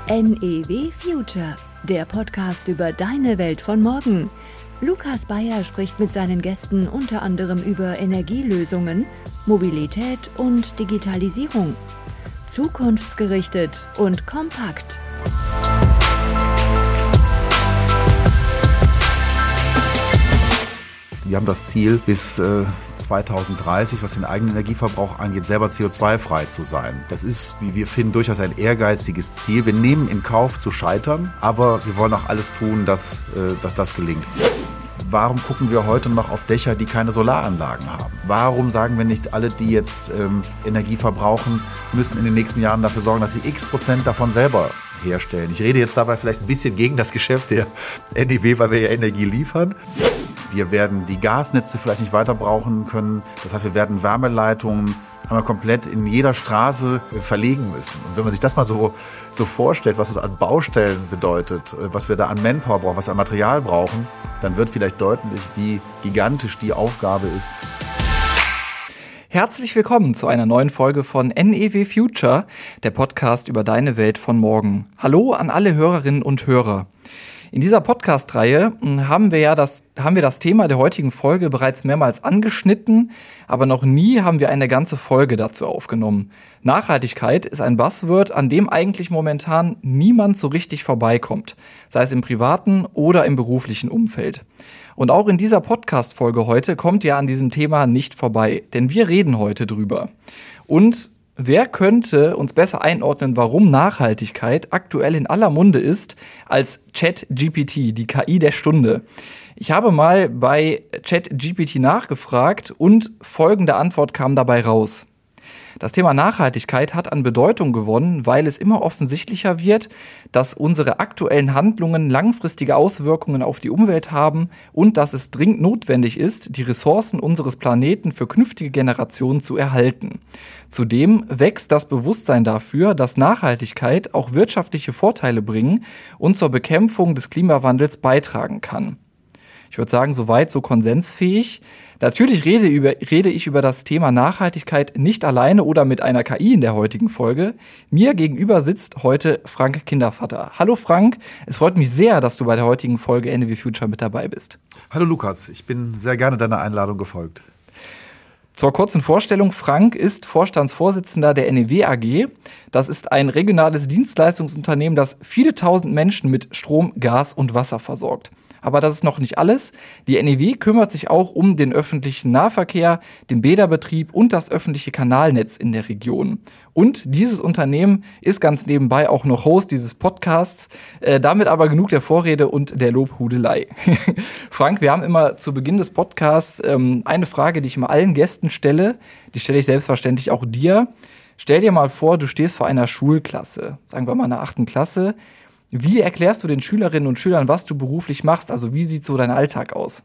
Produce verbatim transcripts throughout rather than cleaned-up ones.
N E W Future, der Podcast über deine Welt von morgen. Lukas Bayer spricht mit seinen Gästen unter anderem über Energielösungen, Mobilität und Digitalisierung. Zukunftsgerichtet und kompakt. Wir haben das Ziel, bis äh, zweitausenddreißig, was den eigenen Energieverbrauch angeht, selber C O zwei frei zu sein. Das ist, wie wir finden, durchaus ein ehrgeiziges Ziel. Wir nehmen in Kauf zu scheitern, aber wir wollen auch alles tun, dass, äh, dass das gelingt. Warum gucken wir heute noch auf Dächer, die keine Solaranlagen haben? Warum sagen wir nicht, alle, die jetzt ähm, Energie verbrauchen, müssen in den nächsten Jahren dafür sorgen, dass sie x Prozent davon selber herstellen? Ich rede jetzt dabei vielleicht ein bisschen gegen das Geschäft der N E W, weil wir ja Energie liefern. Wir werden die Gasnetze vielleicht nicht weiter brauchen können. Das heißt, wir werden Wärmeleitungen einmal komplett in jeder Straße verlegen müssen. Und wenn man sich das mal so, so vorstellt, was es an Baustellen bedeutet, was wir da an Manpower brauchen, was wir an Material brauchen, dann wird vielleicht deutlich, wie gigantisch die Aufgabe ist. Herzlich willkommen zu einer neuen Folge von N E W Future, der Podcast über deine Welt von morgen. Hallo an alle Hörerinnen und Hörer. In dieser Podcast-Reihe haben wir ja das, haben wir das Thema der heutigen Folge bereits mehrmals angeschnitten, aber noch nie haben wir eine ganze Folge dazu aufgenommen. Nachhaltigkeit ist ein Buzzword, an dem eigentlich momentan niemand so richtig vorbeikommt, sei es im privaten oder im beruflichen Umfeld. Und auch in dieser Podcast-Folge heute kommt ihr an diesem Thema nicht vorbei, denn wir reden heute drüber. Und wer könnte uns besser einordnen, warum Nachhaltigkeit aktuell in aller Munde ist, als ChatGPT, die K I der Stunde? Ich habe mal bei ChatGPT nachgefragt und folgende Antwort kam dabei raus. Das Thema Nachhaltigkeit hat an Bedeutung gewonnen, weil es immer offensichtlicher wird, dass unsere aktuellen Handlungen langfristige Auswirkungen auf die Umwelt haben und dass es dringend notwendig ist, die Ressourcen unseres Planeten für künftige Generationen zu erhalten. Zudem wächst das Bewusstsein dafür, dass Nachhaltigkeit auch wirtschaftliche Vorteile bringen und zur Bekämpfung des Klimawandels beitragen kann. Ich würde sagen, soweit so konsensfähig. Natürlich rede, über, rede ich über das Thema Nachhaltigkeit nicht alleine oder mit einer K I in der heutigen Folge. Mir gegenüber sitzt heute Frank Kindervater. Hallo Frank, es freut mich sehr, dass du bei der heutigen Folge N E W Future mit dabei bist. Hallo Lukas, ich bin sehr gerne deiner Einladung gefolgt. Zur kurzen Vorstellung, Frank ist Vorstandsvorsitzender der N E W A G. Das ist ein regionales Dienstleistungsunternehmen, das viele tausend Menschen mit Strom, Gas und Wasser versorgt. Aber das ist noch nicht alles. Die N E W kümmert sich auch um den öffentlichen Nahverkehr, den Bäderbetrieb und das öffentliche Kanalnetz in der Region. Und dieses Unternehmen ist ganz nebenbei auch noch Host dieses Podcasts. Äh, damit aber genug der Vorrede und der Lobhudelei. Frank, wir haben immer zu Beginn des Podcasts ähm, eine Frage, die ich immer allen Gästen stelle. Die stelle ich selbstverständlich auch dir. Stell dir mal vor, du stehst vor einer Schulklasse, sagen wir mal in der achten Klasse. Wie erklärst du den Schülerinnen und Schülern, was du beruflich machst? Also wie sieht so dein Alltag aus?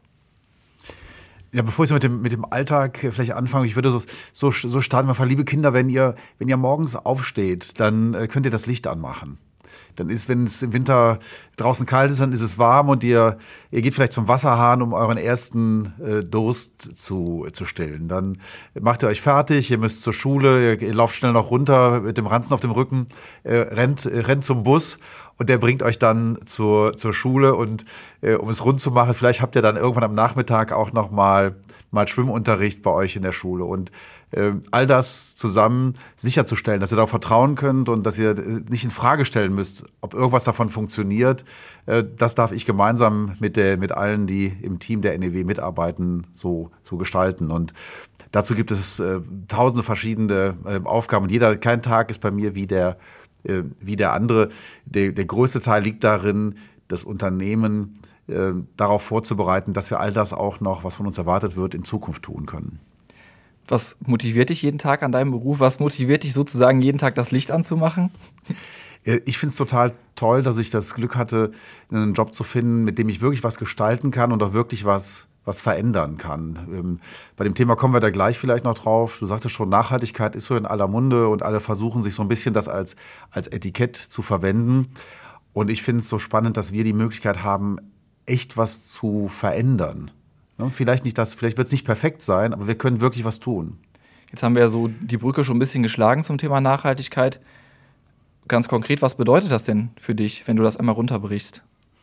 Ja, bevor ich so mit dem, mit dem Alltag vielleicht anfange, ich würde so, so, so starten, einfach, liebe Kinder, wenn ihr, wenn ihr morgens aufsteht, dann äh, könnt ihr das Licht anmachen. Dann ist, wenn es im Winter draußen kalt ist, dann ist es warm und ihr, ihr geht vielleicht zum Wasserhahn, um euren ersten äh, Durst zu, zu stillen. Dann macht ihr euch fertig, ihr müsst zur Schule, ihr, ihr lauft schnell noch runter mit dem Ranzen auf dem Rücken, äh, rennt, äh, rennt zum Bus und der bringt euch dann zur, zur Schule und äh, um es rund zu machen, vielleicht habt ihr dann irgendwann am Nachmittag auch noch mal, mal Schwimmunterricht bei euch in der Schule und all das zusammen sicherzustellen, dass ihr darauf vertrauen könnt und dass ihr nicht in Frage stellen müsst, ob irgendwas davon funktioniert. Das darf ich gemeinsam mit der, mit allen, die im Team der N E W mitarbeiten, so, so gestalten. Und dazu gibt es äh, tausende verschiedene äh, Aufgaben. Und jeder, kein Tag ist bei mir wie der, äh, wie der andere. Der, der größte Teil liegt darin, das Unternehmen äh, darauf vorzubereiten, dass wir all das auch noch, was von uns erwartet wird, in Zukunft tun können. Was motiviert dich jeden Tag an deinem Beruf? Was motiviert dich sozusagen jeden Tag das Licht anzumachen? Ich finde es total toll, dass ich das Glück hatte, einen Job zu finden, mit dem ich wirklich was gestalten kann und auch wirklich was, was verändern kann. Ähm, bei dem Thema kommen wir da gleich vielleicht noch drauf. Du sagtest schon, Nachhaltigkeit ist so in aller Munde und alle versuchen sich so ein bisschen das als, als Etikett zu verwenden. Und ich finde es so spannend, dass wir die Möglichkeit haben, echt was zu verändern. Vielleicht nicht das, vielleicht wird es nicht perfekt sein, aber wir können wirklich was tun. Jetzt haben wir ja so die Brücke schon ein bisschen geschlagen zum Thema Nachhaltigkeit. ganz konkret, was bedeutet das denn für dich, wenn du das einmal runterbrichst?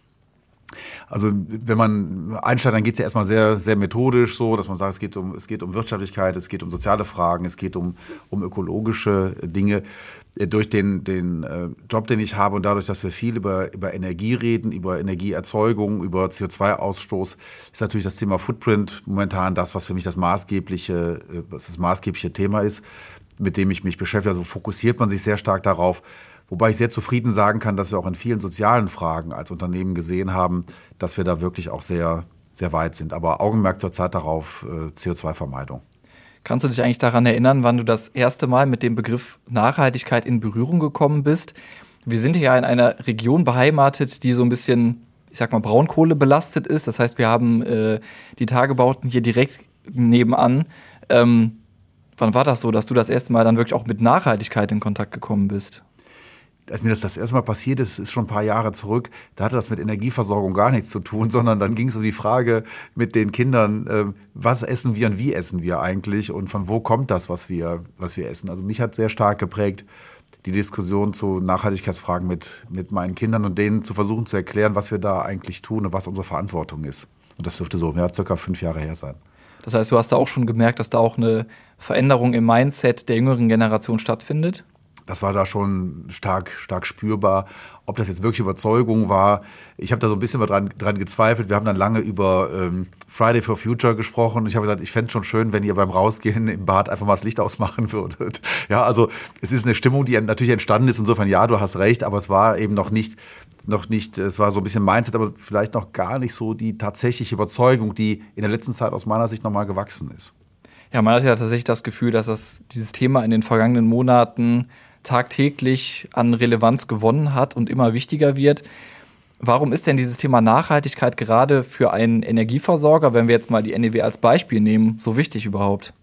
Also wenn man einsteigt, dann geht es ja erstmal sehr, sehr methodisch so, dass man sagt, es geht um, es geht um Wirtschaftlichkeit, es geht um soziale Fragen, es geht um, um ökologische Dinge. Durch den, den äh, Job, den ich habe und dadurch, dass wir viel über, über Energie reden, über Energieerzeugung, über C O zwei Ausstoß, ist natürlich das Thema Footprint momentan das, was für mich das maßgebliche, äh, was das maßgebliche Thema ist, mit dem ich mich beschäftige. Also fokussiert man sich sehr stark darauf, wobei ich sehr zufrieden sagen kann, dass wir auch in vielen sozialen Fragen als Unternehmen gesehen haben, dass wir da wirklich auch sehr, sehr weit sind. Aber Augenmerk zurzeit darauf äh, C O zwei Vermeidung. Kannst du dich eigentlich daran erinnern, wann du das erste Mal mit dem Begriff Nachhaltigkeit in Berührung gekommen bist? Wir sind ja in einer Region beheimatet, die so ein bisschen, ich sag mal, Braunkohle belastet ist. Das heißt, wir haben äh, die Tagebauten hier direkt nebenan. Ähm, wann war das so, dass du das erste Mal dann wirklich auch mit Nachhaltigkeit in Kontakt gekommen bist? Als mir das das erste Mal passiert ist, ist schon ein paar Jahre zurück, da hatte das mit Energieversorgung gar nichts zu tun, sondern dann ging es um die Frage mit den Kindern, äh, was essen wir und wie essen wir eigentlich und von wo kommt das, was wir, was wir essen. Also mich hat sehr stark geprägt, die Diskussion zu Nachhaltigkeitsfragen mit, mit meinen Kindern und denen zu versuchen zu erklären, was wir da eigentlich tun und was unsere Verantwortung ist. Und das dürfte so ja, circa fünf Jahre her sein. Das heißt, du hast da auch schon gemerkt, dass da auch eine Veränderung im Mindset der jüngeren Generation stattfindet? Das war da schon stark, stark spürbar. Ob das jetzt wirklich Überzeugung war, ich habe da so ein bisschen dran, dran gezweifelt. Wir haben dann lange über ähm, Friday for Future gesprochen. Ich habe gesagt, ich fände es schon schön, wenn ihr beim Rausgehen im Bad einfach mal das Licht ausmachen würdet. Ja, also es ist eine Stimmung, die natürlich entstanden ist. Insofern, ja, du hast recht, aber es war eben noch nicht, noch nicht, es war so ein bisschen Mindset, aber vielleicht noch gar nicht so die tatsächliche Überzeugung, die in der letzten Zeit aus meiner Sicht nochmal gewachsen ist. Ja, man hat ja tatsächlich das Gefühl, dass das, dieses Thema in den vergangenen Monaten tagtäglich an Relevanz gewonnen hat und immer wichtiger wird. Warum ist denn dieses Thema Nachhaltigkeit gerade für einen Energieversorger, wenn wir jetzt mal die N E W als Beispiel nehmen, so wichtig überhaupt?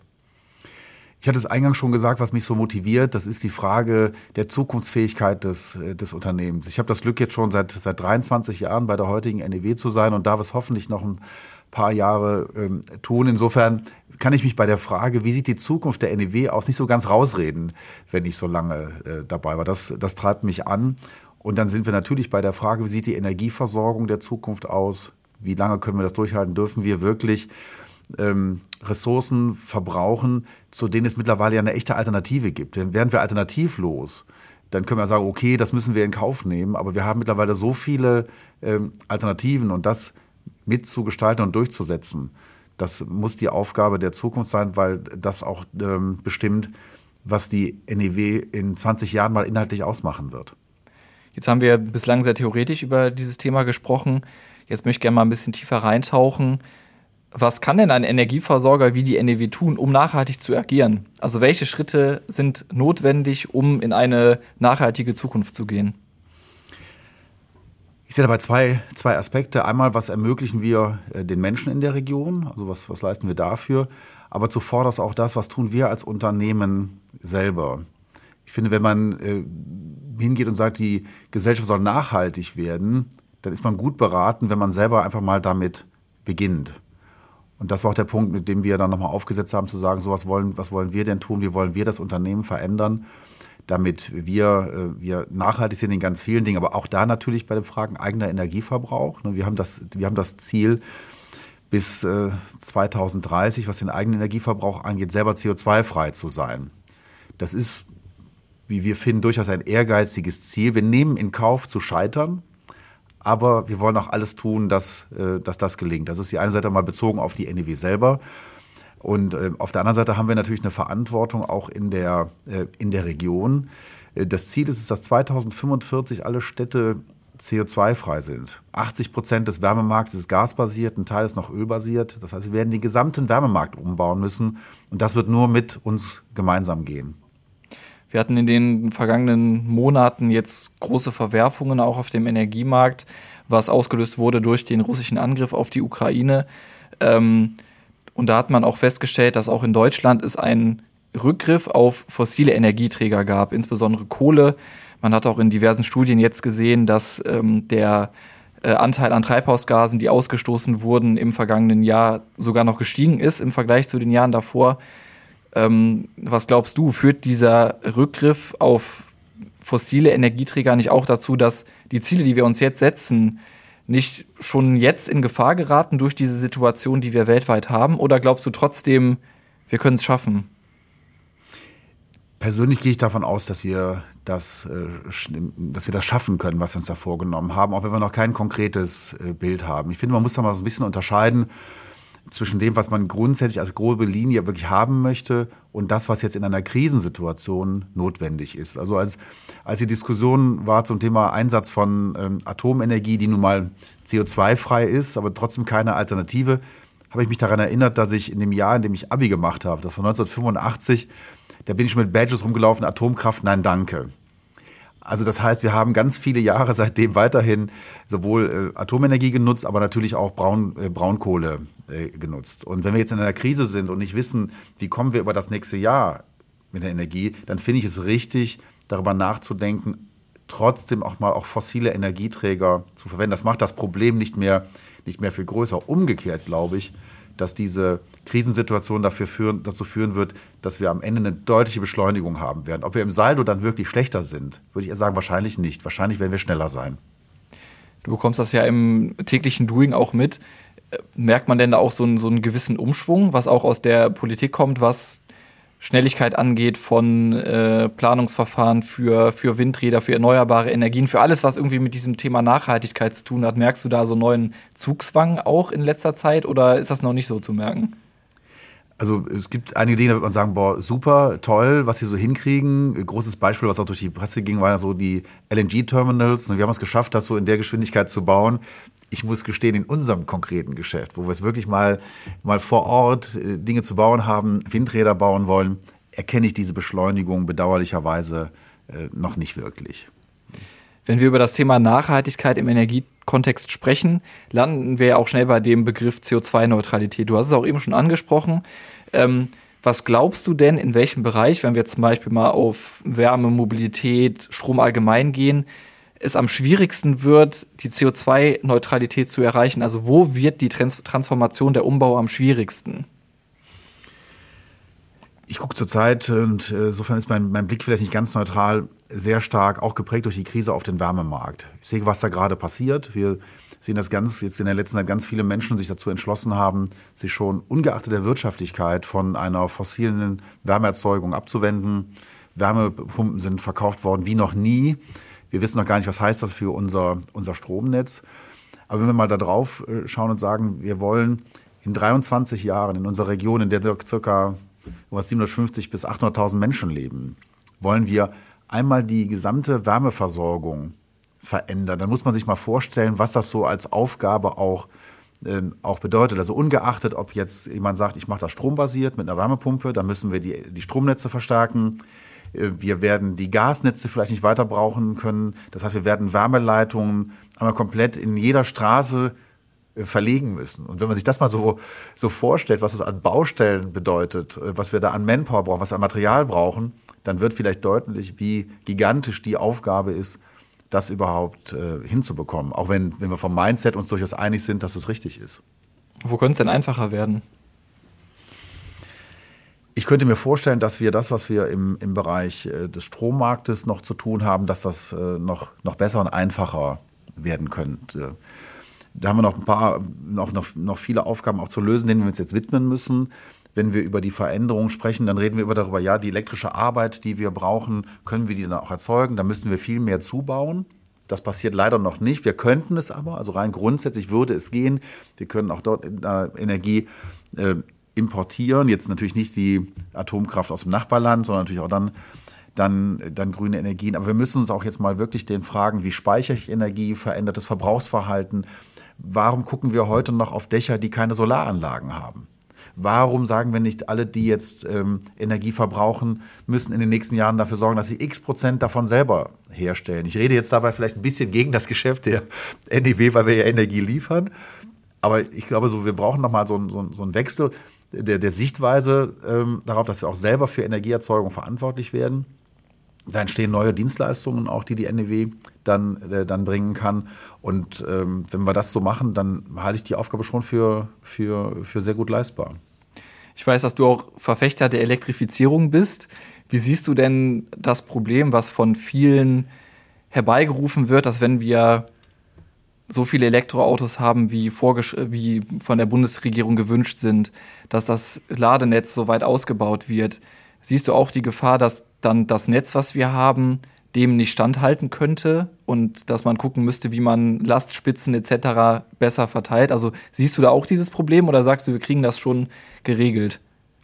Ich hatte es eingangs schon gesagt, was mich so motiviert, das ist die Frage der Zukunftsfähigkeit des, des Unternehmens. Ich habe das Glück, jetzt schon seit, seit dreiundzwanzig Jahren bei der heutigen N E W zu sein und darf es hoffentlich noch ein paar Jahre ähm, tun. Insofern kann ich mich bei der Frage, wie sieht die Zukunft der N E W aus, nicht so ganz rausreden, wenn ich so lange äh, dabei war. Das, das treibt mich an. Und dann sind wir natürlich bei der Frage, wie sieht die Energieversorgung der Zukunft aus? Wie lange können wir das durchhalten? Dürfen wir wirklich ähm, Ressourcen verbrauchen, zu denen es mittlerweile ja eine echte Alternative gibt? Wären wir alternativlos, dann können wir sagen, okay, das müssen wir in Kauf nehmen. Aber wir haben mittlerweile so viele ähm, Alternativen und das mitzugestalten und durchzusetzen. Das muss die Aufgabe der Zukunft sein, weil das auch ähm, bestimmt, was die N E W in zwanzig Jahren mal inhaltlich ausmachen wird. Jetzt haben wir bislang sehr theoretisch über dieses Thema gesprochen. Jetzt möchte ich gerne mal ein bisschen tiefer reintauchen. Was kann denn ein Energieversorger wie die N E W tun, um nachhaltig zu agieren? Also welche Schritte sind notwendig, um in eine nachhaltige Zukunft zu gehen? Ich sehe dabei zwei, zwei Aspekte. Einmal, was ermöglichen wir äh, den Menschen in der Region? Also was, was leisten wir dafür? Aber zuvor das auch das, was tun wir als Unternehmen selber? Ich finde, wenn man äh, hingeht und sagt, die Gesellschaft soll nachhaltig werden, dann ist man gut beraten, wenn man selber einfach mal damit beginnt. Und das war auch der Punkt, mit dem wir dann nochmal aufgesetzt haben, zu sagen, so was wollen, was wollen wir denn tun? Wie wollen wir das Unternehmen verändern, damit wir, wir nachhaltig sind in ganz vielen Dingen, aber auch da natürlich bei den Fragen eigener Energieverbrauch. Wir haben das, wir haben das Ziel, bis zweitausenddreißig, was den eigenen Energieverbrauch angeht, selber C O zwei frei zu sein. Das ist, wie wir finden, durchaus ein ehrgeiziges Ziel. Wir nehmen in Kauf zu scheitern, aber wir wollen auch alles tun, dass, dass das gelingt. Das ist die eine Seite mal bezogen auf die N E W selber. Und äh, auf der anderen Seite haben wir natürlich eine Verantwortung auch in der, äh, in der Region. Äh, das Ziel ist es, dass zweitausendfünfundvierzig alle Städte C O zwei frei sind. achtzig Prozent des Wärmemarkts ist gasbasiert, ein Teil ist noch ölbasiert. Das heißt, wir werden den gesamten Wärmemarkt umbauen müssen. Und das wird nur mit uns gemeinsam gehen. Wir hatten in den vergangenen Monaten jetzt große Verwerfungen auch auf dem Energiemarkt, was ausgelöst wurde durch den russischen Angriff auf die Ukraine. Ähm, Und da hat man auch festgestellt, dass auch in Deutschland es einen Rückgriff auf fossile Energieträger gab, insbesondere Kohle. Man hat auch in diversen Studien jetzt gesehen, dass ähm, der äh, Anteil an Treibhausgasen, die ausgestoßen wurden, im vergangenen Jahr sogar noch gestiegen ist im Vergleich zu den Jahren davor. Ähm, was glaubst du, führt dieser Rückgriff auf fossile Energieträger nicht auch dazu, dass die Ziele, die wir uns jetzt setzen, nicht schon jetzt in Gefahr geraten durch diese Situation, die wir weltweit haben? Oder glaubst du trotzdem, wir können es schaffen? Persönlich gehe ich davon aus, dass wir das, dass wir das schaffen können, was wir uns da vorgenommen haben, auch wenn wir noch kein konkretes Bild haben. Ich finde, man muss da mal so ein bisschen unterscheiden zwischen dem, was man grundsätzlich als grobe Linie wirklich haben möchte und das, was jetzt in einer Krisensituation notwendig ist. Also als, als die Diskussion war zum Thema Einsatz von ähm, Atomenergie, die nun mal C O zwei frei ist, aber trotzdem keine Alternative, habe ich mich daran erinnert, dass ich in dem Jahr, in dem ich Abi gemacht habe, das war neunzehnhundertfünfundachtzig, da bin ich mit Badges rumgelaufen, Atomkraft, nein, danke. Also das heißt, wir haben ganz viele Jahre seitdem weiterhin sowohl äh, Atomenergie genutzt, aber natürlich auch Braun, äh, Braunkohle äh, genutzt. Und wenn wir jetzt in einer Krise sind und nicht wissen, wie kommen wir über das nächste Jahr mit der Energie, dann finde ich es richtig, darüber nachzudenken, trotzdem auch mal auch fossile Energieträger zu verwenden. Das macht das Problem nicht mehr, nicht mehr viel größer. Umgekehrt glaube ich, dass diese Krisensituation dafür führen, dazu führen wird, dass wir am Ende eine deutliche Beschleunigung haben werden. Ob wir im Saldo dann wirklich schlechter sind, würde ich eher sagen, wahrscheinlich nicht. Wahrscheinlich werden wir schneller sein. Du bekommst das ja im täglichen Doing auch mit. Merkt man denn da auch so einen, so einen gewissen Umschwung, was auch aus der Politik kommt, was Schnelligkeit angeht von äh, Planungsverfahren für, für Windräder, für erneuerbare Energien, für alles, was irgendwie mit diesem Thema Nachhaltigkeit zu tun hat? Merkst du da so einen neuen Zugzwang auch in letzter Zeit oder ist das noch nicht so zu merken? Also es gibt einige Dinge, da wird man sagen, boah, super, toll, was sie so hinkriegen. Großes Beispiel, was auch durch die Presse ging, waren so die L N G-Terminals. Und wir haben es geschafft, das so in der Geschwindigkeit zu bauen. Ich muss gestehen, in unserem konkreten Geschäft, wo wir es wirklich mal, mal vor Ort äh, Dinge zu bauen haben, Windräder bauen wollen, erkenne ich diese Beschleunigung bedauerlicherweise äh, noch nicht wirklich. Wenn wir über das Thema Nachhaltigkeit im Energiekontext sprechen, landen wir ja auch schnell bei dem Begriff C O zwei Neutralität. Du hast es auch eben schon angesprochen. Ähm, was glaubst du denn, in welchem Bereich, wenn wir zum Beispiel mal auf Wärme, Mobilität, Strom allgemein gehen, es am schwierigsten wird, die C O zwei Neutralität zu erreichen? Also wo wird die Trans- Transformation, der Umbau am schwierigsten? Ich gucke zurzeit, und insofern ist mein, mein Blick vielleicht nicht ganz neutral, sehr stark auch geprägt durch die Krise auf den Wärmemarkt. Ich sehe, was da gerade passiert. Wir sehen das ganz, jetzt in der letzten Zeit ganz viele Menschen sich dazu entschlossen haben, sich schon ungeachtet der Wirtschaftlichkeit von einer fossilen Wärmeerzeugung abzuwenden. Wärmepumpen sind verkauft worden wie noch nie. Wir wissen noch gar nicht, was heißt das für unser, unser Stromnetz. Aber wenn wir mal da drauf schauen und sagen, wir wollen in dreiundzwanzig Jahren in unserer Region, in der circa siebenhundertfünfzig bis achthunderttausend Menschen leben, wollen wir einmal die gesamte Wärmeversorgung verändern. Dann muss man sich mal vorstellen, was das so als Aufgabe auch, äh, auch bedeutet. Also ungeachtet, ob jetzt jemand sagt, ich mache das strombasiert mit einer Wärmepumpe, dann müssen wir die, die Stromnetze verstärken. Wir werden die Gasnetze vielleicht nicht weiter brauchen können. Das heißt, wir werden Wärmeleitungen einmal komplett in jeder Straße verlegen müssen. Und wenn man sich das mal so, so vorstellt, was das an Baustellen bedeutet, was wir da an Manpower brauchen, was wir an Material brauchen, dann wird vielleicht deutlich, wie gigantisch die Aufgabe ist, das überhaupt äh, hinzubekommen. Auch wenn, wenn wir vom Mindset uns durchaus einig sind, dass es richtig ist. Wo könnte es denn einfacher werden? Ich könnte mir vorstellen, dass wir das, was wir im, im Bereich äh, des Strommarktes noch zu tun haben, dass das äh, noch, noch besser und einfacher werden könnte. Da haben wir noch ein paar, noch, noch, noch viele Aufgaben auch zu lösen, denen wir uns jetzt widmen müssen. Wenn wir über die Veränderungen sprechen, dann reden wir immer darüber, ja, die elektrische Arbeit, die wir brauchen, können wir die dann auch erzeugen. Da müssen wir viel mehr zubauen. Das passiert leider noch nicht. Wir könnten es aber, also rein grundsätzlich würde es gehen. Wir können auch dort äh, Energie äh, importieren. Jetzt natürlich nicht die Atomkraft aus dem Nachbarland, sondern natürlich auch dann, dann, dann grüne Energien. Aber wir müssen uns auch jetzt mal wirklich den fragen, wie speichere ich Energie, verändertes Verbrauchsverhalten. Warum gucken wir heute noch auf Dächer, die keine Solaranlagen haben? Warum sagen wir nicht, alle, die jetzt ähm, Energie verbrauchen, müssen in den nächsten Jahren dafür sorgen, dass sie x Prozent davon selber herstellen? Ich rede jetzt dabei vielleicht ein bisschen gegen das Geschäft der N E W, weil wir ja Energie liefern. Aber ich glaube, so, wir brauchen nochmal so, so, so einen Wechsel der, der Sichtweise ähm, darauf, dass wir auch selber für Energieerzeugung verantwortlich werden. Da entstehen neue Dienstleistungen auch, die die N E W dann, äh, dann bringen kann. Und ähm, wenn wir das so machen, dann halte ich die Aufgabe schon für, für, für sehr gut leistbar. Ich weiß, dass du auch Verfechter der Elektrifizierung bist. Wie siehst du denn das Problem, was von vielen herbeigerufen wird, dass wenn wir so viele Elektroautos haben, wie, vorgesch- wie von der Bundesregierung gewünscht sind, dass das Ladenetz so weit ausgebaut wird? Siehst du auch die Gefahr, dass dann das Netz, was wir haben, dem nicht standhalten könnte und dass man gucken müsste, wie man Lastspitzen et cetera besser verteilt? Also siehst du da auch dieses Problem oder sagst du, wir kriegen das schon geregelt?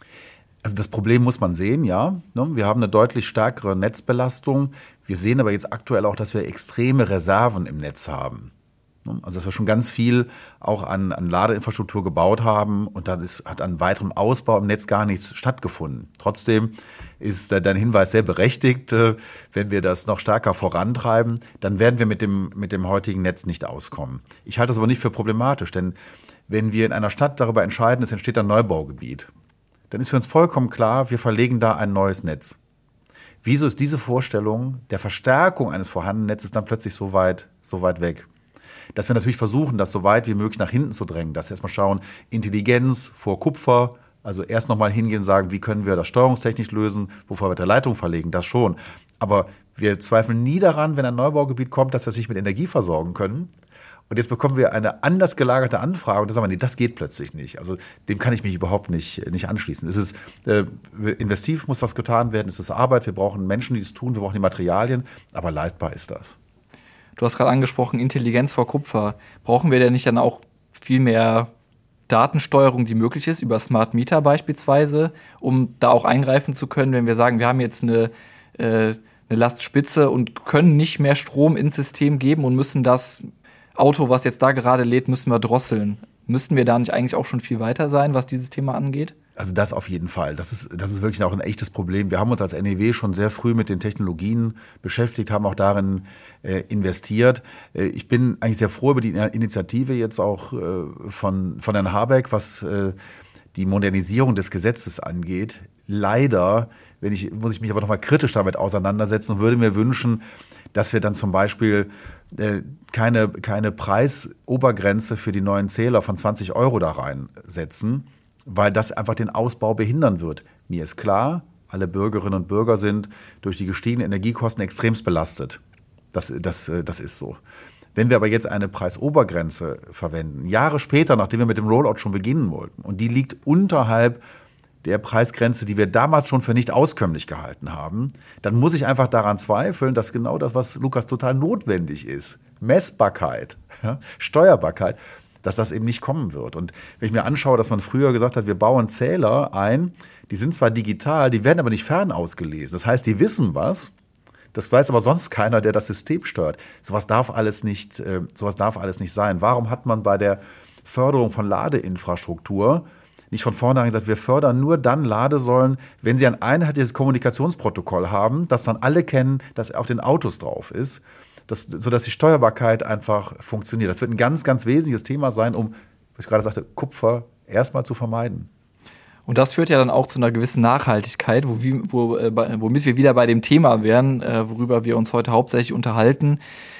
Also das Problem muss man sehen, ja. Wir haben eine deutlich stärkere Netzbelastung. Wir sehen aber jetzt aktuell auch, dass wir extreme Reserven im Netz haben. Also dass wir schon ganz viel auch an, an Ladeinfrastruktur gebaut haben und da ist, hat an weiterem Ausbau im Netz gar nichts stattgefunden. Trotzdem ist dein Hinweis sehr berechtigt. Wenn wir das noch stärker vorantreiben, dann werden wir mit dem, mit dem heutigen Netz nicht auskommen. Ich halte das aber nicht für problematisch, denn wenn wir in einer Stadt darüber entscheiden, es entsteht ein Neubaugebiet, dann ist für uns vollkommen klar, wir verlegen da ein neues Netz. Wieso ist diese Vorstellung der Verstärkung eines vorhandenen Netzes dann plötzlich so weit, so weit weg? Dass wir natürlich versuchen, das so weit wie möglich nach hinten zu drängen, dass wir erstmal schauen, Intelligenz vor Kupfer, also erst nochmal hingehen und sagen, wie können wir das steuerungstechnisch lösen, wovor wir die Leitung verlegen, das schon. Aber wir zweifeln nie daran, wenn ein Neubaugebiet kommt, dass wir sich mit Energie versorgen können. Und jetzt bekommen wir eine anders gelagerte Anfrage und da sagen wir, nee, das geht plötzlich nicht. Also dem kann ich mich überhaupt nicht, nicht anschließen. Es ist äh, investiv, muss was getan werden, es ist Arbeit, wir brauchen Menschen, die es tun, wir brauchen die Materialien, aber leistbar ist das. Du hast gerade angesprochen, Intelligenz vor Kupfer. Brauchen wir denn nicht dann auch viel mehr Datensteuerung, die möglich ist, über Smart Meter beispielsweise, um da auch eingreifen zu können, wenn wir sagen, wir haben jetzt eine, äh, eine Lastspitze und können nicht mehr Strom ins System geben und müssen das Auto, was jetzt da gerade lädt, müssen wir drosseln. Müssten wir da nicht eigentlich auch schon viel weiter sein, was dieses Thema angeht? Also das auf jeden Fall. Das ist, das ist wirklich auch ein echtes Problem. Wir haben uns als N E W schon sehr früh mit den Technologien beschäftigt, haben auch darin äh, investiert. Äh, ich bin eigentlich sehr froh über die Initiative jetzt auch äh, von, von Herrn Habeck, was äh, die Modernisierung des Gesetzes angeht. Leider, wenn ich, muss ich mich aber noch mal kritisch damit auseinandersetzen und würde mir wünschen, dass wir dann zum Beispiel äh, keine, keine Preisobergrenze für die neuen Zähler von zwanzig Euro da reinsetzen, weil das einfach den Ausbau behindern wird. Mir ist klar, alle Bürgerinnen und Bürger sind durch die gestiegenen Energiekosten extremst belastet. Das, das, das ist so. Wenn wir aber jetzt eine Preisobergrenze verwenden, Jahre später, nachdem wir mit dem Rollout schon beginnen wollten, und die liegt unterhalb der Preisgrenze, die wir damals schon für nicht auskömmlich gehalten haben, dann muss ich einfach daran zweifeln, dass genau das, was Lukas total notwendig ist, Messbarkeit, ja, Steuerbarkeit, dass das eben nicht kommen wird. Und wenn ich mir anschaue, dass man früher gesagt hat, wir bauen Zähler ein, die sind zwar digital, die werden aber nicht fernausgelesen. Das heißt, die wissen was, das weiß aber sonst keiner, der das System steuert. Sowas darf alles nicht, äh, sowas darf alles nicht sein. Warum hat man bei der Förderung von Ladeinfrastruktur nicht von vornherein gesagt, wir fördern nur dann Ladesäulen, wenn sie ein einheitliches Kommunikationsprotokoll haben, das dann alle kennen, das auf den Autos drauf ist, das, sodass die Steuerbarkeit einfach funktioniert. Das wird ein ganz, ganz wesentliches Thema sein, um, was ich gerade sagte, Kupfer erstmal zu vermeiden. Und das führt ja dann auch zu einer gewissen Nachhaltigkeit, wo, wo, äh, womit wir wieder bei dem Thema wären, äh, worüber wir uns heute hauptsächlich unterhalten.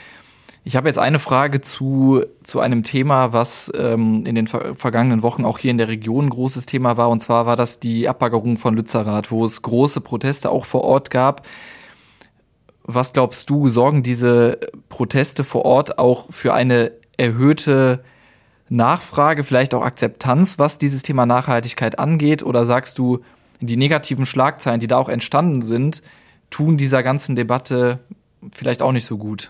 Ich habe jetzt eine Frage zu, zu einem Thema, was ähm, in den ver- vergangenen Wochen auch hier in der Region ein großes Thema war. Und zwar war das die Abbaggerung von Lützerath, wo es große Proteste auch vor Ort gab. Was glaubst du, sorgen diese Proteste vor Ort auch für eine erhöhte Nachfrage, vielleicht auch Akzeptanz, was dieses Thema Nachhaltigkeit angeht? Oder sagst du, die negativen Schlagzeilen, die da auch entstanden sind, tun dieser ganzen Debatte vielleicht auch nicht so gut?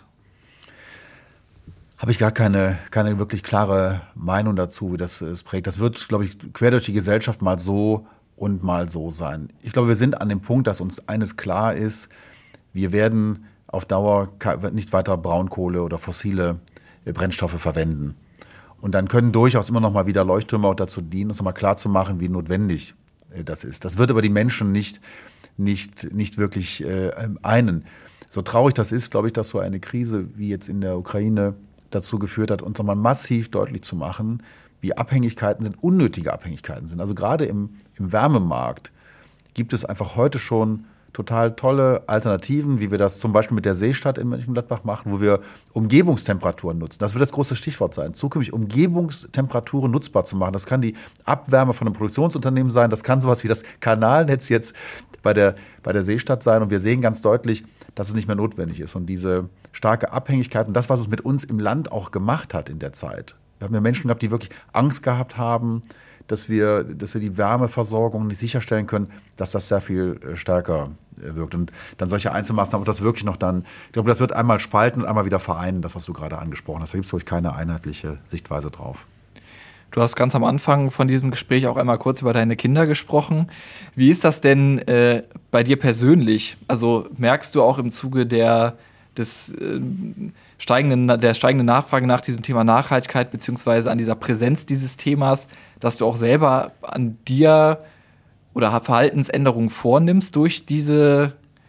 Habe ich gar keine, keine wirklich klare Meinung dazu, wie das es prägt. Das wird, glaube ich, quer durch die Gesellschaft mal so und mal so sein. Ich glaube, wir sind an dem Punkt, dass uns eines klar ist, wir werden auf Dauer nicht weiter Braunkohle oder fossile Brennstoffe verwenden. Und dann können durchaus immer noch mal wieder Leuchttürme auch dazu dienen, uns noch mal klarzumachen, wie notwendig das ist. Das wird aber die Menschen nicht, nicht, nicht wirklich äh, einen. So traurig das ist, glaube ich, dass so eine Krise wie jetzt in der Ukraine dazu geführt hat, uns nochmal massiv deutlich zu machen, wie Abhängigkeiten sind, unnötige Abhängigkeiten sind. Also gerade im, im Wärmemarkt gibt es einfach heute schon total tolle Alternativen, wie wir das zum Beispiel mit der Seestadt in Mönchengladbach machen, wo wir Umgebungstemperaturen nutzen. Das wird das große Stichwort sein, zukünftig Umgebungstemperaturen nutzbar zu machen. Das kann die Abwärme von einem Produktionsunternehmen sein, das kann sowas wie das Kanalnetz jetzt bei der, bei der Seestadt sein. Und wir sehen ganz deutlich, dass es nicht mehr notwendig ist. Und diese starke Abhängigkeit und das, was es mit uns im Land auch gemacht hat in der Zeit. Wir haben ja Menschen gehabt, die wirklich Angst gehabt haben, dass wir, dass wir die Wärmeversorgung nicht sicherstellen können, dass das sehr viel stärker wirkt. Und dann solche Einzelmaßnahmen, ob das wirklich noch dann, ich glaube, das wird einmal spalten und einmal wieder vereinen, das, was du gerade angesprochen hast. Da gibt es, glaube ich, keine einheitliche Sichtweise drauf. Du hast ganz am Anfang von diesem Gespräch auch einmal kurz über deine Kinder gesprochen. Wie ist das denn äh, bei dir persönlich? Also merkst du auch im Zuge der, des, äh, steigenden, der steigenden Nachfrage nach diesem Thema Nachhaltigkeit beziehungsweise an dieser Präsenz dieses Themas, dass du auch selber an dir oder Verhaltensänderungen vornimmst durch diese,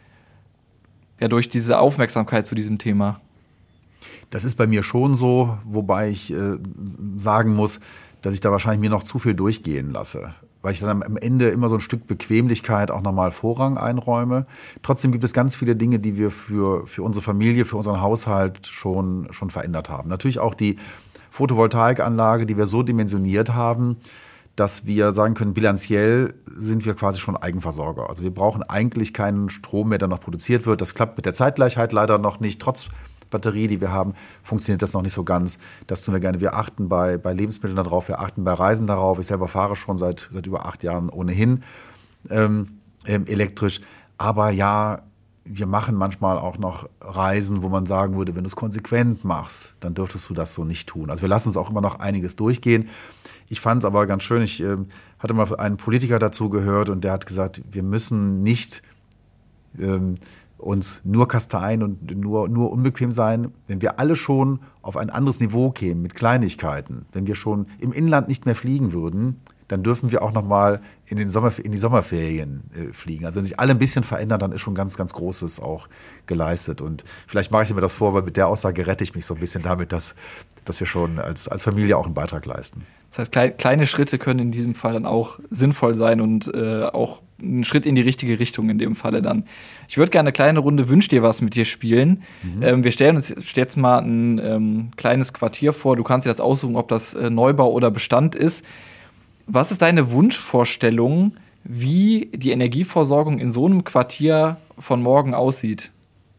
ja, durch diese Aufmerksamkeit zu diesem Thema? Das ist bei mir schon so, wobei ich äh, sagen muss, dass ich da wahrscheinlich mir noch zu viel durchgehen lasse, weil ich dann am Ende immer so ein Stück Bequemlichkeit auch nochmal Vorrang einräume. Trotzdem gibt es ganz viele Dinge, die wir für, für unsere Familie, für unseren Haushalt schon, schon verändert haben. Natürlich auch die Photovoltaikanlage, die wir so dimensioniert haben, dass wir sagen können, bilanziell sind wir quasi schon Eigenversorger. Also wir brauchen eigentlich keinen Strom mehr, der noch produziert wird. Das klappt mit der Zeitgleichheit leider noch nicht, trotz Batterie, die wir haben, funktioniert das noch nicht so ganz. Das tun wir gerne. Wir achten bei, bei Lebensmitteln darauf, wir achten bei Reisen darauf. Ich selber fahre schon seit, seit über acht Jahren ohnehin ähm, elektrisch. Aber ja, wir machen manchmal auch noch Reisen, wo man sagen würde, wenn du es konsequent machst, dann dürftest du das so nicht tun. Also wir lassen uns auch immer noch einiges durchgehen. Ich fand es aber ganz schön, ich äh, hatte mal einen Politiker dazu gehört und der hat gesagt, wir müssen nicht ähm, uns nur kasteien und nur, nur unbequem sein, wenn wir alle schon auf ein anderes Niveau kämen mit Kleinigkeiten. Wenn wir schon im Inland nicht mehr fliegen würden, dann dürfen wir auch noch mal in, den Sommer, in die Sommerferien äh, fliegen. Also wenn sich alle ein bisschen verändern, dann ist schon ganz, ganz Großes auch geleistet. Und vielleicht mache ich mir das vor, weil mit der Aussage rette ich mich so ein bisschen damit, dass, dass wir schon als, als Familie auch einen Beitrag leisten. Das heißt, klei- kleine Schritte können in diesem Fall dann auch sinnvoll sein und äh, auch ein Schritt in die richtige Richtung in dem Falle dann. Ich würde gerne eine kleine Runde Wünsch dir was mit dir spielen. Mhm. Ähm, wir stellen uns jetzt mal ein ähm, kleines Quartier vor. Du kannst dir das aussuchen, ob das äh, Neubau oder Bestand ist. Was ist deine Wunschvorstellung, wie die Energieversorgung in so einem Quartier von morgen aussieht?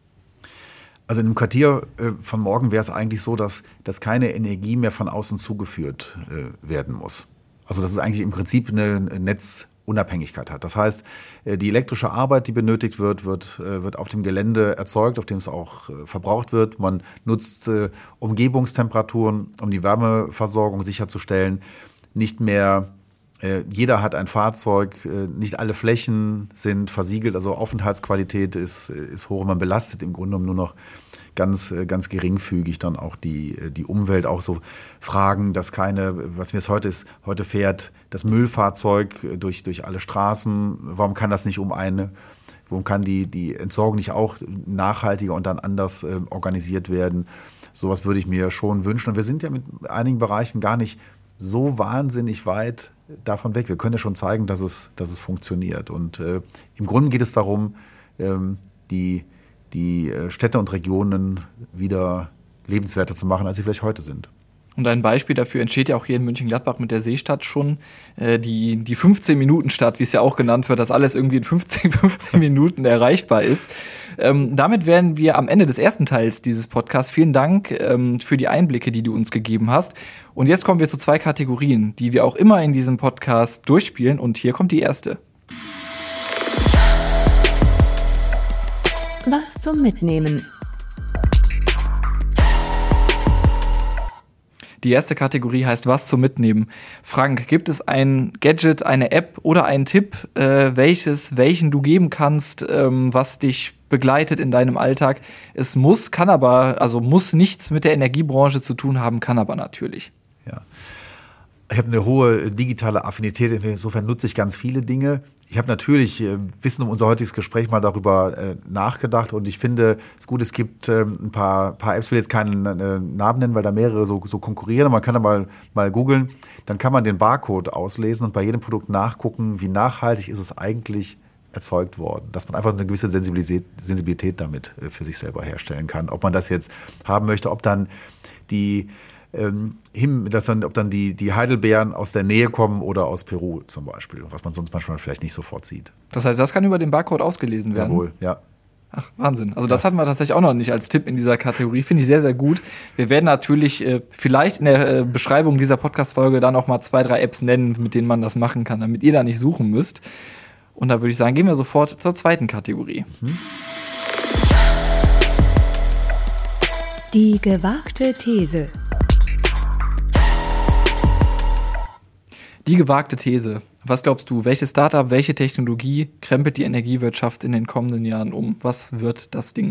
Also in einem Quartier äh, von morgen wäre es eigentlich so, dass, dass keine Energie mehr von außen zugeführt äh, werden muss. Also dass es eigentlich im Prinzip eine Netzunabhängigkeit hat. Das heißt, äh, die elektrische Arbeit, die benötigt wird, wird, äh, wird auf dem Gelände erzeugt, auf dem es auch äh, verbraucht wird. Man nutzt äh, Umgebungstemperaturen, um die Wärmeversorgung sicherzustellen. Nicht mehr äh, jeder hat ein Fahrzeug, äh, nicht alle Flächen sind versiegelt, also Aufenthaltsqualität ist, ist hoch. Man belastet im Grunde genommen nur noch ganz, ganz geringfügig dann auch die, die Umwelt. Auch so Fragen, dass keine, was mir es heute ist, heute fährt das Müllfahrzeug durch, durch alle Straßen. Warum kann das nicht um eine, warum kann die, die Entsorgung nicht auch nachhaltiger und dann anders äh, organisiert werden? Sowas würde ich mir schon wünschen. Und wir sind ja mit einigen Bereichen gar nicht so wahnsinnig weit davon weg. Wir können ja schon zeigen, dass es, dass es funktioniert. Und äh, im Grunde geht es darum, ähm, die, die Städte und Regionen wieder lebenswerter zu machen, als sie vielleicht heute sind. Und ein Beispiel dafür entsteht ja auch hier in Mönchengladbach mit der Seestadt schon. Äh, die die fünfzehn-Minuten-Stadt, wie es ja auch genannt wird, dass alles irgendwie in fünfzehn, fünfzehn Minuten erreichbar ist. Ähm, damit wären wir am Ende des ersten Teils dieses Podcasts. Vielen Dank ähm, für die Einblicke, die du uns gegeben hast. Und jetzt kommen wir zu zwei Kategorien, die wir auch immer in diesem Podcast durchspielen. Und hier kommt die erste. Was zum Mitnehmen. Die erste Kategorie heißt Was zum Mitnehmen. Frank, gibt es ein Gadget, eine App oder einen Tipp, äh, welches, welchen du geben kannst, ähm, was dich begleitet in deinem Alltag? Es muss, kann aber, also muss nichts mit der Energiebranche zu tun haben, kann aber natürlich. Ja. Ich habe eine hohe digitale Affinität, insofern nutze ich ganz viele Dinge. Ich habe natürlich äh, Wissen um unser heutiges Gespräch mal darüber äh, nachgedacht und ich finde es gut, es gibt äh, ein paar, paar Apps, ich will jetzt keinen äh, Namen nennen, weil da mehrere so, so konkurrieren, man kann da mal, mal googeln, dann kann man den Barcode auslesen und bei jedem Produkt nachgucken, wie nachhaltig ist es eigentlich erzeugt worden, dass man einfach eine gewisse Sensibilität, Sensibilität damit für sich selber herstellen kann. Ob man das jetzt haben möchte, ob dann die ähm, dass dann, ob dann die, die Heidelbeeren aus der Nähe kommen oder aus Peru zum Beispiel, was man sonst manchmal vielleicht nicht sofort sieht. Das heißt, das kann über den Barcode ausgelesen werden? Jawohl, ja. Ach, Wahnsinn. Also das ja. hatten wir tatsächlich auch noch nicht als Tipp in dieser Kategorie. Finde ich sehr, sehr gut. Wir werden natürlich äh, vielleicht in der äh, Beschreibung dieser Podcast-Folge dann auch mal zwei, drei Apps nennen, mit denen man das machen kann, damit ihr da nicht suchen müsst. Und da würde ich sagen, gehen wir sofort zur zweiten Kategorie. Mhm. Die gewagte These. Die gewagte These. Was glaubst du, welches Startup, welche Technologie krempelt die Energiewirtschaft in den kommenden Jahren um? Was wird das Ding?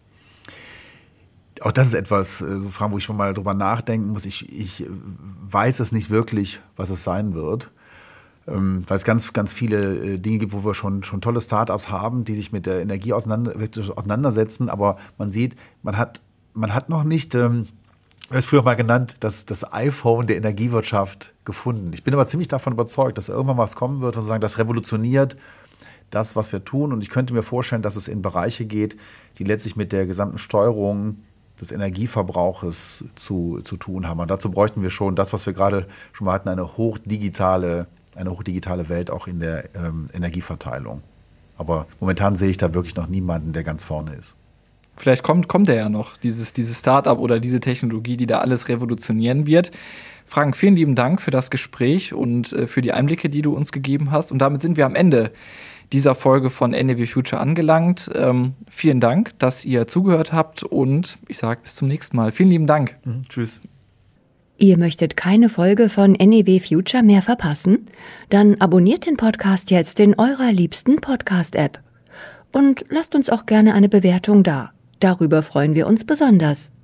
Auch das ist etwas, so Fragen, wo ich schon mal drüber nachdenken muss. Ich, ich weiß es nicht wirklich, was es sein wird. Ähm, weil es ganz, ganz viele Dinge gibt, wo wir schon, schon tolle Startups haben, die sich mit der Energie auseinander, auseinandersetzen. Aber man sieht, man hat, man hat noch nicht... Ähm, Das früher mal genannt, das, das iPhone der Energiewirtschaft gefunden. Ich bin aber ziemlich davon überzeugt, dass irgendwann was kommen wird und sagen, das revolutioniert das, was wir tun. Und ich könnte mir vorstellen, dass es in Bereiche geht, die letztlich mit der gesamten Steuerung des Energieverbrauches zu, zu tun haben. Und dazu bräuchten wir schon das, was wir gerade schon mal hatten, eine hochdigitale, eine hochdigitale Welt auch in der ähm, Energieverteilung. Aber momentan sehe ich da wirklich noch niemanden, der ganz vorne ist. Vielleicht kommt, kommt er ja noch, dieses, dieses Startup oder diese Technologie, die da alles revolutionieren wird. Frank, vielen lieben Dank für das Gespräch und äh, für die Einblicke, die du uns gegeben hast. Und damit sind wir am Ende dieser Folge von N E W Future angelangt. Ähm, vielen Dank, dass ihr zugehört habt und ich sage bis zum nächsten Mal. Vielen lieben Dank. Mhm, tschüss. Ihr möchtet keine Folge von N E W Future mehr verpassen? Dann abonniert den Podcast jetzt in eurer liebsten Podcast-App. Und lasst uns auch gerne eine Bewertung da. Darüber freuen wir uns besonders.